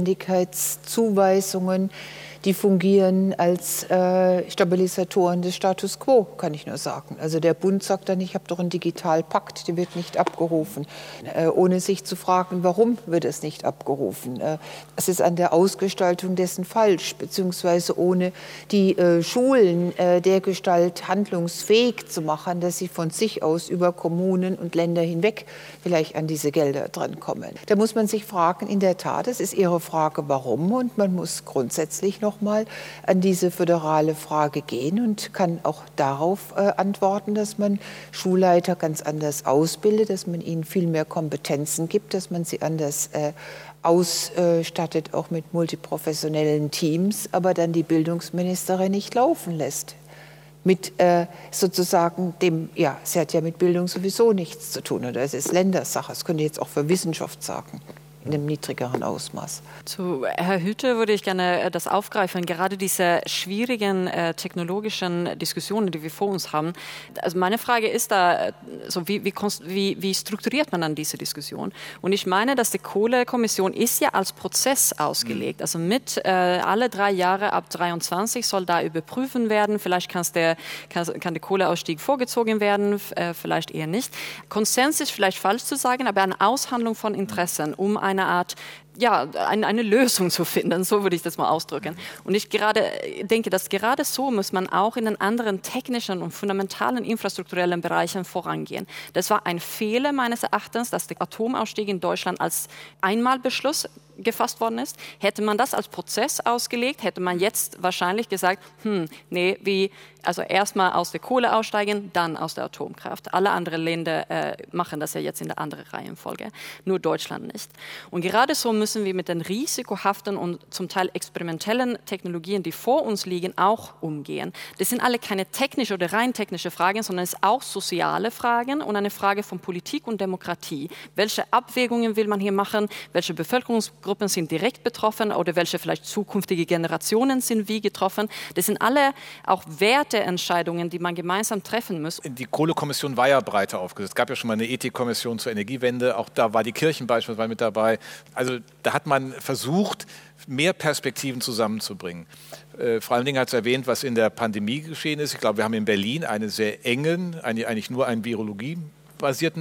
Zuständigkeitszuweisungen, die fungieren als Stabilisatoren des Status quo, kann ich nur sagen. Also der Bund sagt dann, ich habe doch einen Digitalpakt, der wird nicht abgerufen, ohne sich zu fragen, warum wird es nicht abgerufen. Es ist an der Ausgestaltung dessen falsch, beziehungsweise ohne die Schulen dergestalt handlungsfähig zu machen, dass sie von sich aus über Kommunen und Länder hinweg vielleicht an diese Gelder drankommen. Da muss man sich fragen, in der Tat, es ist Ihre Frage, warum, und man muss grundsätzlich noch mal an diese föderale Frage gehen und kann auch darauf antworten, dass man Schulleiter ganz anders ausbildet, dass man ihnen viel mehr Kompetenzen gibt, dass man sie anders ausstattet, auch mit multiprofessionellen Teams, aber dann die Bildungsministerin nicht laufen lässt. Mit sozusagen dem, ja, sie hat ja mit Bildung sowieso nichts zu tun, oder es ist Ländersache, das könnte ich jetzt auch für Wissenschaft sagen. In einem niedrigeren Ausmaß. Zu Herr Hütte würde ich gerne das aufgreifen, gerade diese schwierigen technologischen Diskussionen, die wir vor uns haben. Also meine Frage ist da, so wie strukturiert man dann diese Diskussion? Und ich meine, dass die Kohlekommission ist ja als Prozess ausgelegt. Also mit alle 3 Jahre ab 23 soll da überprüfen werden. Vielleicht kann der Kohleausstieg vorgezogen werden, vielleicht eher nicht. Konsens ist vielleicht falsch zu sagen, aber eine Aushandlung von Interessen, um eine Art, ja, eine Lösung zu finden, so würde ich das mal ausdrücken. Und ich denke, dass gerade so muss man auch in den anderen technischen und fundamentalen infrastrukturellen Bereichen vorangehen. Das war ein Fehler meines Erachtens, dass der Atomausstieg in Deutschland als Einmalbeschluss gefasst worden ist. Hätte man das als Prozess ausgelegt, hätte man jetzt wahrscheinlich gesagt, also erstmal aus der Kohle aussteigen, dann aus der Atomkraft. Alle anderen Länder machen das ja jetzt in der anderen Reihenfolge, nur Deutschland nicht. Und gerade so müssen wir mit den risikohaften und zum Teil experimentellen Technologien, die vor uns liegen, auch umgehen. Das sind alle keine technische oder rein technische Fragen, sondern es sind auch soziale Fragen und eine Frage von Politik und Demokratie. Welche Abwägungen will man hier machen? Welche Bevölkerungsgruppen sind direkt betroffen oder welche vielleicht zukünftige Generationen sind wie getroffen? Das sind alle auch Werteentscheidungen, die man gemeinsam treffen muss. Die Kohlekommission war ja breiter aufgesetzt. Es gab ja schon mal eine Ethikkommission zur Energiewende. Auch da war die Kirchen beispielsweise mit dabei. Also da hat man versucht, mehr Perspektiven zusammenzubringen. Vor allen Dingen hat es erwähnt, was in der Pandemie geschehen ist. Ich glaube, wir haben in Berlin einen sehr engen, eigentlich nur einen virologiebasierten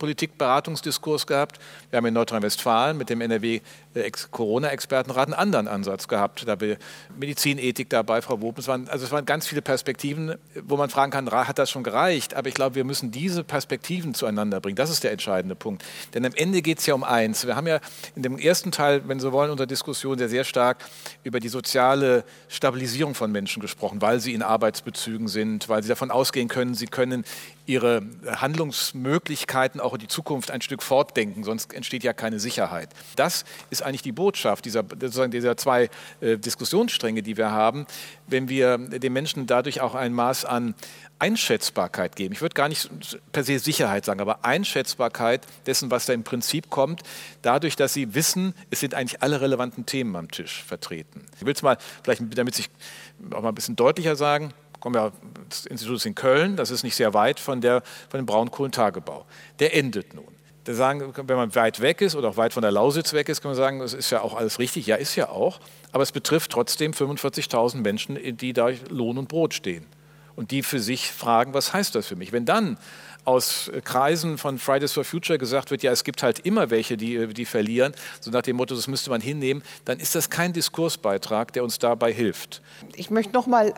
Politikberatungsdiskurs gehabt. Wir haben in Nordrhein-Westfalen mit dem NRW-Corona-Expertenrat einen anderen Ansatz gehabt. Da wir Medizinethik dabei, Frau Wopen. Es waren ganz viele Perspektiven, wo man fragen kann, hat das schon gereicht? Aber ich glaube, wir müssen diese Perspektiven zueinander bringen. Das ist der entscheidende Punkt. Denn am Ende geht es ja um eins. Wir haben ja in dem ersten Teil, wenn Sie wollen, unserer Diskussion sehr stark über die soziale Stabilisierung von Menschen gesprochen, weil sie in Arbeitsbezügen sind, weil sie davon ausgehen können, sie können ihre Handlungsmöglichkeiten auch in die Zukunft ein Stück fortdenken, sonst entsteht ja keine Sicherheit. Das ist eigentlich die Botschaft dieser zwei Diskussionsstränge, die wir haben, wenn wir den Menschen dadurch auch ein Maß an Einschätzbarkeit geben. Ich würde gar nicht per se Sicherheit sagen, aber Einschätzbarkeit dessen, was da im Prinzip kommt, dadurch, dass sie wissen, es sind eigentlich alle relevanten Themen am Tisch vertreten. Ich will es mal, vielleicht damit ich auch mal ein bisschen deutlicher sagen, kommen wir, das Institut ist in Köln, das ist nicht sehr weit von dem Braunkohlentagebau. Der endet nun. Da sagen, wenn man weit weg ist oder auch weit von der Lausitz weg ist, kann man sagen, das ist ja auch alles richtig. Ja, ist ja auch. Aber es betrifft trotzdem 45.000 Menschen, die da Lohn und Brot stehen. Und die für sich fragen, was heißt das für mich? Wenn dann aus Kreisen von Fridays for Future gesagt wird, ja, es gibt halt immer welche, die verlieren, so nach dem Motto, das müsste man hinnehmen, dann ist das kein Diskursbeitrag, der uns dabei hilft. Ich möchte noch mal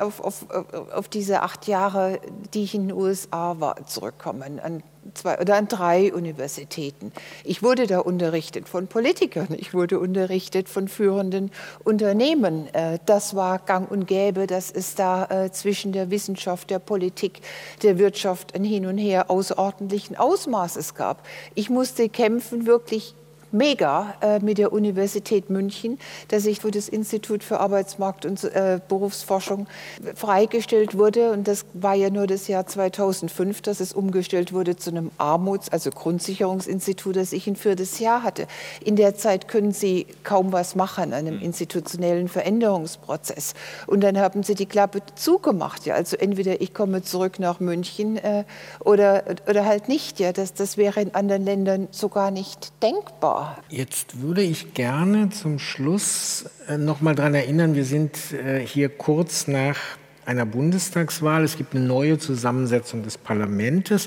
auf diese 8 Jahre, die ich in den USA war, zurückkommen, an 2 oder an 3 Universitäten. Ich wurde da unterrichtet von Politikern, ich wurde unterrichtet von führenden Unternehmen. Das war gang und gäbe, dass es da zwischen der Wissenschaft, der Politik, der Wirtschaft ein Hin und Her außerordentlichen Ausmaßes gab. Ich musste kämpfen, wirklich mega mit der Universität München, dass ich für das Institut für Arbeitsmarkt und Berufsforschung freigestellt wurde. Und das war ja nur das Jahr 2005, dass es umgestellt wurde zu einem also Grundsicherungsinstitut, das ich ein 4. Jahr hatte. In der Zeit können Sie kaum was machen an einem institutionellen Veränderungsprozess. Und dann haben Sie die Klappe zugemacht. Ja. Also entweder ich komme zurück nach München oder halt nicht. Ja. Das wäre in anderen Ländern sogar nicht denkbar. Jetzt würde ich gerne zum Schluss noch mal daran erinnern, wir sind hier kurz nach einer Bundestagswahl. Es gibt eine neue Zusammensetzung des Parlaments.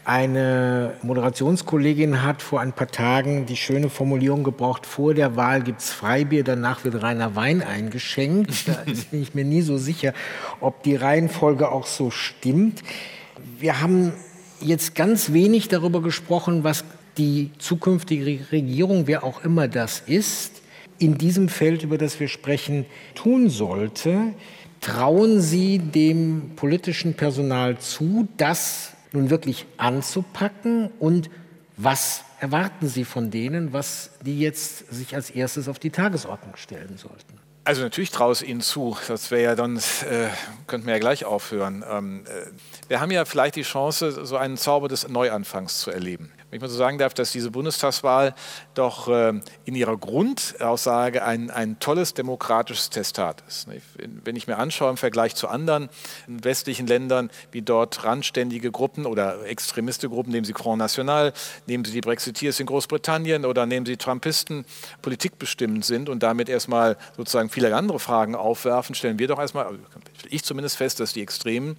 Eine Moderationskollegin hat vor ein paar Tagen die schöne Formulierung gebraucht, vor der Wahl gibt es Freibier, danach wird reiner Wein eingeschenkt. Da bin ich mir nie so sicher, ob die Reihenfolge auch so stimmt. Wir haben jetzt ganz wenig darüber gesprochen, was die zukünftige Regierung, wer auch immer das ist, in diesem Feld, über das wir sprechen, tun sollte. Trauen Sie dem politischen Personal zu, das nun wirklich anzupacken? Und was erwarten Sie von denen, was die jetzt sich als erstes auf die Tagesordnung stellen sollten? Also natürlich traue ich Ihnen zu. Das wäre ja dann, könnten wir ja gleich aufhören. Wir haben ja vielleicht die Chance, so einen Zauber des Neuanfangs zu erleben. Wenn ich mal so sagen darf, dass diese Bundestagswahl doch in ihrer Grundaussage ein tolles demokratisches Testat ist. Wenn ich mir anschaue im Vergleich zu anderen westlichen Ländern, wie dort randständige Gruppen oder extremiste Gruppen, nehmen Sie Front National, nehmen Sie die Brexiteers in Großbritannien oder nehmen Sie Trumpisten, politikbestimmend sind und damit erstmal sozusagen viele andere Fragen aufwerfen, stellen wir doch erstmal, ich zumindest fest, dass die Extremen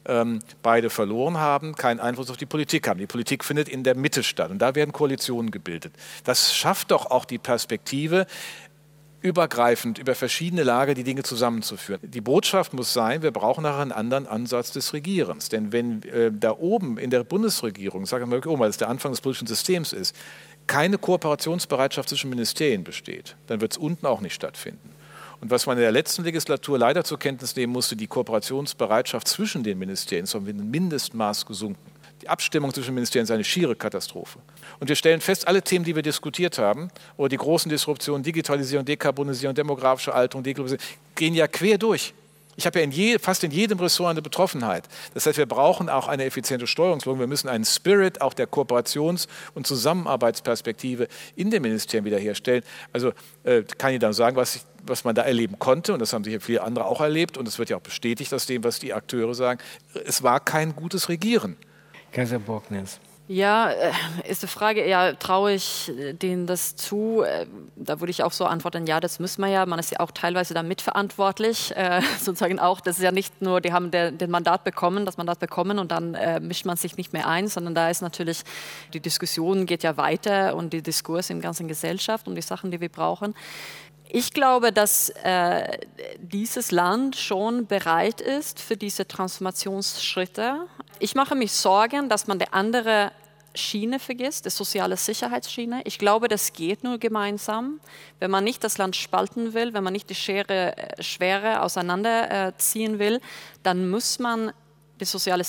beide verloren haben, keinen Einfluss auf die Politik haben. Die Politik findet in der Mitte statt und da werden Koalitionen gebildet. Das schafft doch auch die Perspektive, übergreifend über verschiedene Lager die Dinge zusammenzuführen. Die Botschaft muss sein, wir brauchen nachher einen anderen Ansatz des Regierens. Denn wenn da oben in der Bundesregierung, sagen wir mal oben, weil es der Anfang des politischen Systems ist, keine Kooperationsbereitschaft zwischen Ministerien besteht, dann wird es unten auch nicht stattfinden. Und was man in der letzten Legislatur leider zur Kenntnis nehmen musste, die Kooperationsbereitschaft zwischen den Ministerien ist auf ein Mindestmaß gesunken. Die Abstimmung zwischen den Ministerien ist eine schiere Katastrophe. Und wir stellen fest, alle Themen, die wir diskutiert haben, oder die großen Disruptionen, Digitalisierung, Dekarbonisierung, demografische Alterung, Deglobalisierung, gehen ja quer durch. Ich habe ja fast in jedem Ressort eine Betroffenheit. Das heißt, wir brauchen auch eine effiziente Steuerungslogik. Wir müssen einen Spirit auch der Kooperations- und Zusammenarbeitsperspektive in den Ministerien wiederherstellen. Also kann ich dann sagen, was man da erleben konnte, und das haben sicher viele andere auch erlebt, und es wird ja auch bestätigt aus dem, was die Akteure sagen, es war kein gutes Regieren. Kaiser Borgnes. Ja, ist die Frage, ja, traue ich denen das zu? Da würde ich auch so antworten, ja, das müssen wir ja. Man ist ja auch teilweise da mitverantwortlich. Sozusagen auch, das ist ja nicht nur, die haben das Mandat bekommen und dann mischt man sich nicht mehr ein, sondern da ist natürlich, die Diskussion geht ja weiter und die Diskurs in der ganzen Gesellschaft und die Sachen, die wir brauchen. Ich glaube, dass dieses Land schon bereit ist für diese Transformationsschritte. Ich mache mich Sorgen, dass man die andere Schiene vergisst, die soziale Sicherheitsschiene. Ich glaube, das geht nur gemeinsam. Wenn man nicht das Land spalten will, wenn man nicht die Schwere auseinanderziehen will, dann muss man das soziale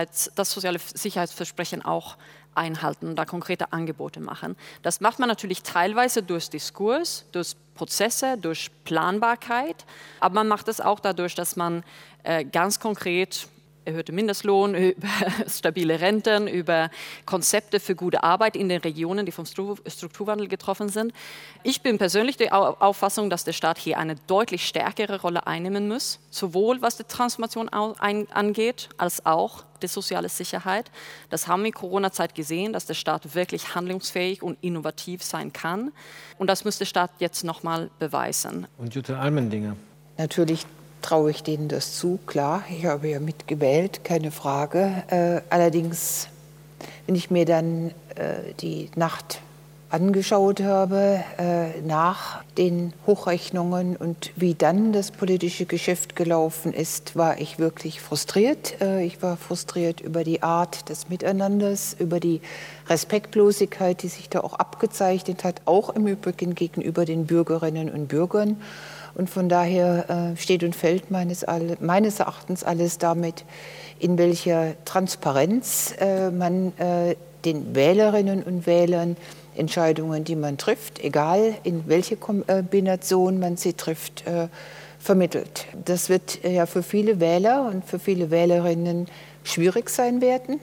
Sicherheitsversprechen auch einhalten, da konkrete Angebote machen. Das macht man natürlich teilweise durch Diskurs, durch Prozesse, durch Planbarkeit, aber man macht es auch dadurch, dass man ganz konkret erhöhte Mindestlohn, über stabile Renten, über Konzepte für gute Arbeit in den Regionen, die vom Strukturwandel getroffen sind. Ich bin persönlich der Auffassung, dass der Staat hier eine deutlich stärkere Rolle einnehmen muss, sowohl was die Transformation angeht, als auch die soziale Sicherheit. Das haben wir in Corona-Zeit gesehen, dass der Staat wirklich handlungsfähig und innovativ sein kann. Und das muss der Staat jetzt nochmal beweisen. Und Jutta Almendinger? Natürlich traue ich denen das zu, klar. Ich habe ja mitgewählt, keine Frage. Allerdings, wenn ich mir dann die Nacht angeschaut habe, nach den Hochrechnungen und wie dann das politische Geschäft gelaufen ist, war ich wirklich frustriert. Ich war frustriert über die Art des Miteinanders, über die Respektlosigkeit, die sich da auch abgezeichnet hat, auch im Übrigen gegenüber den Bürgerinnen und Bürgern. Und von daher steht und fällt meines Erachtens alles damit, in welcher Transparenz man den Wählerinnen und Wählern Entscheidungen, die man trifft, egal in welche Kombination man sie trifft, vermittelt. Das wird ja für viele Wähler und für viele Wählerinnen schwierig sein werden,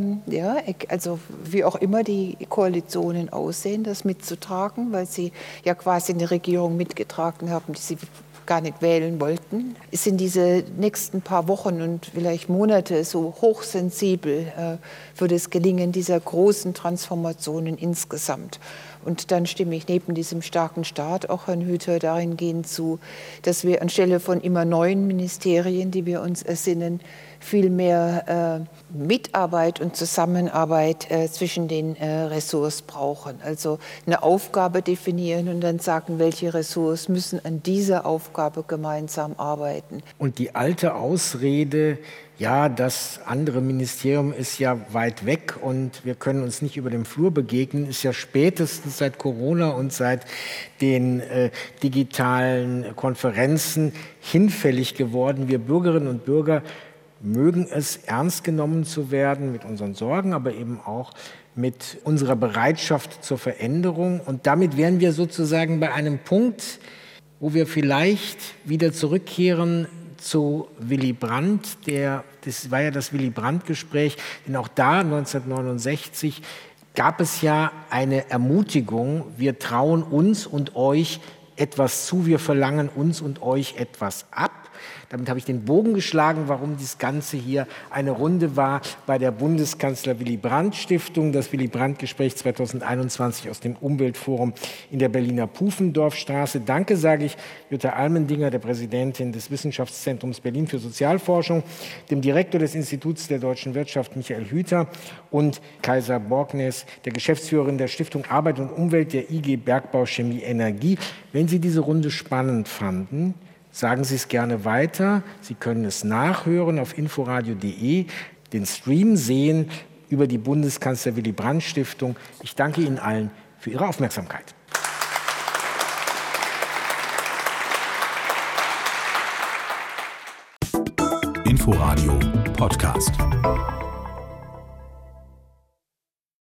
also wie auch immer die Koalitionen aussehen, das mitzutragen, weil sie ja quasi eine Regierung mitgetragen haben, die sie gar nicht wählen wollten. Sind diese nächsten paar Wochen und vielleicht Monate so hochsensibel für das Gelingen dieser großen Transformationen insgesamt? Und dann stimme ich neben diesem starken Staat auch Herrn Hüter dahingehend zu, dass wir anstelle von immer neuen Ministerien, die wir uns ersinnen, viel mehr Mitarbeit und Zusammenarbeit zwischen den Ressorts brauchen. Also eine Aufgabe definieren und dann sagen, welche Ressorts müssen an dieser Aufgabe gemeinsam arbeiten. Und die alte Ausrede, ja, das andere Ministerium ist ja weit weg und wir können uns nicht über den Flur begegnen, ist ja spätestens seit Corona und seit den digitalen Konferenzen hinfällig geworden. Wir Bürgerinnen und Bürger mögen es, ernst genommen zu werden mit unseren Sorgen, aber eben auch mit unserer Bereitschaft zur Veränderung. Und damit wären wir sozusagen bei einem Punkt, wo wir vielleicht wieder zurückkehren zu Willy Brandt. Das war ja das Willy Brandt-Gespräch, denn auch da 1969 gab es ja eine Ermutigung, wir trauen uns und euch etwas zu, wir verlangen uns und euch etwas ab. Damit habe ich den Bogen geschlagen, warum das Ganze hier eine Runde war bei der Bundeskanzler-Willy-Brandt-Stiftung, das Willy-Brandt-Gespräch 2021 aus dem Umweltforum in der Berliner Pufendorfstraße. Danke sage ich Jutta Almendinger, der Präsidentin des Wissenschaftszentrums Berlin für Sozialforschung, dem Direktor des Instituts der deutschen Wirtschaft Michael Hüter und Kaiser Borgnes, der Geschäftsführerin der Stiftung Arbeit und Umwelt der IG Bergbau Chemie Energie. Wenn Sie diese Runde spannend fanden, sagen Sie es gerne weiter. Sie können es nachhören auf inforadio.de, den Stream sehen über die Bundeskanzler-Willy-Brandt-Stiftung. Ich danke Ihnen allen für Ihre Aufmerksamkeit. Inforadio Podcast.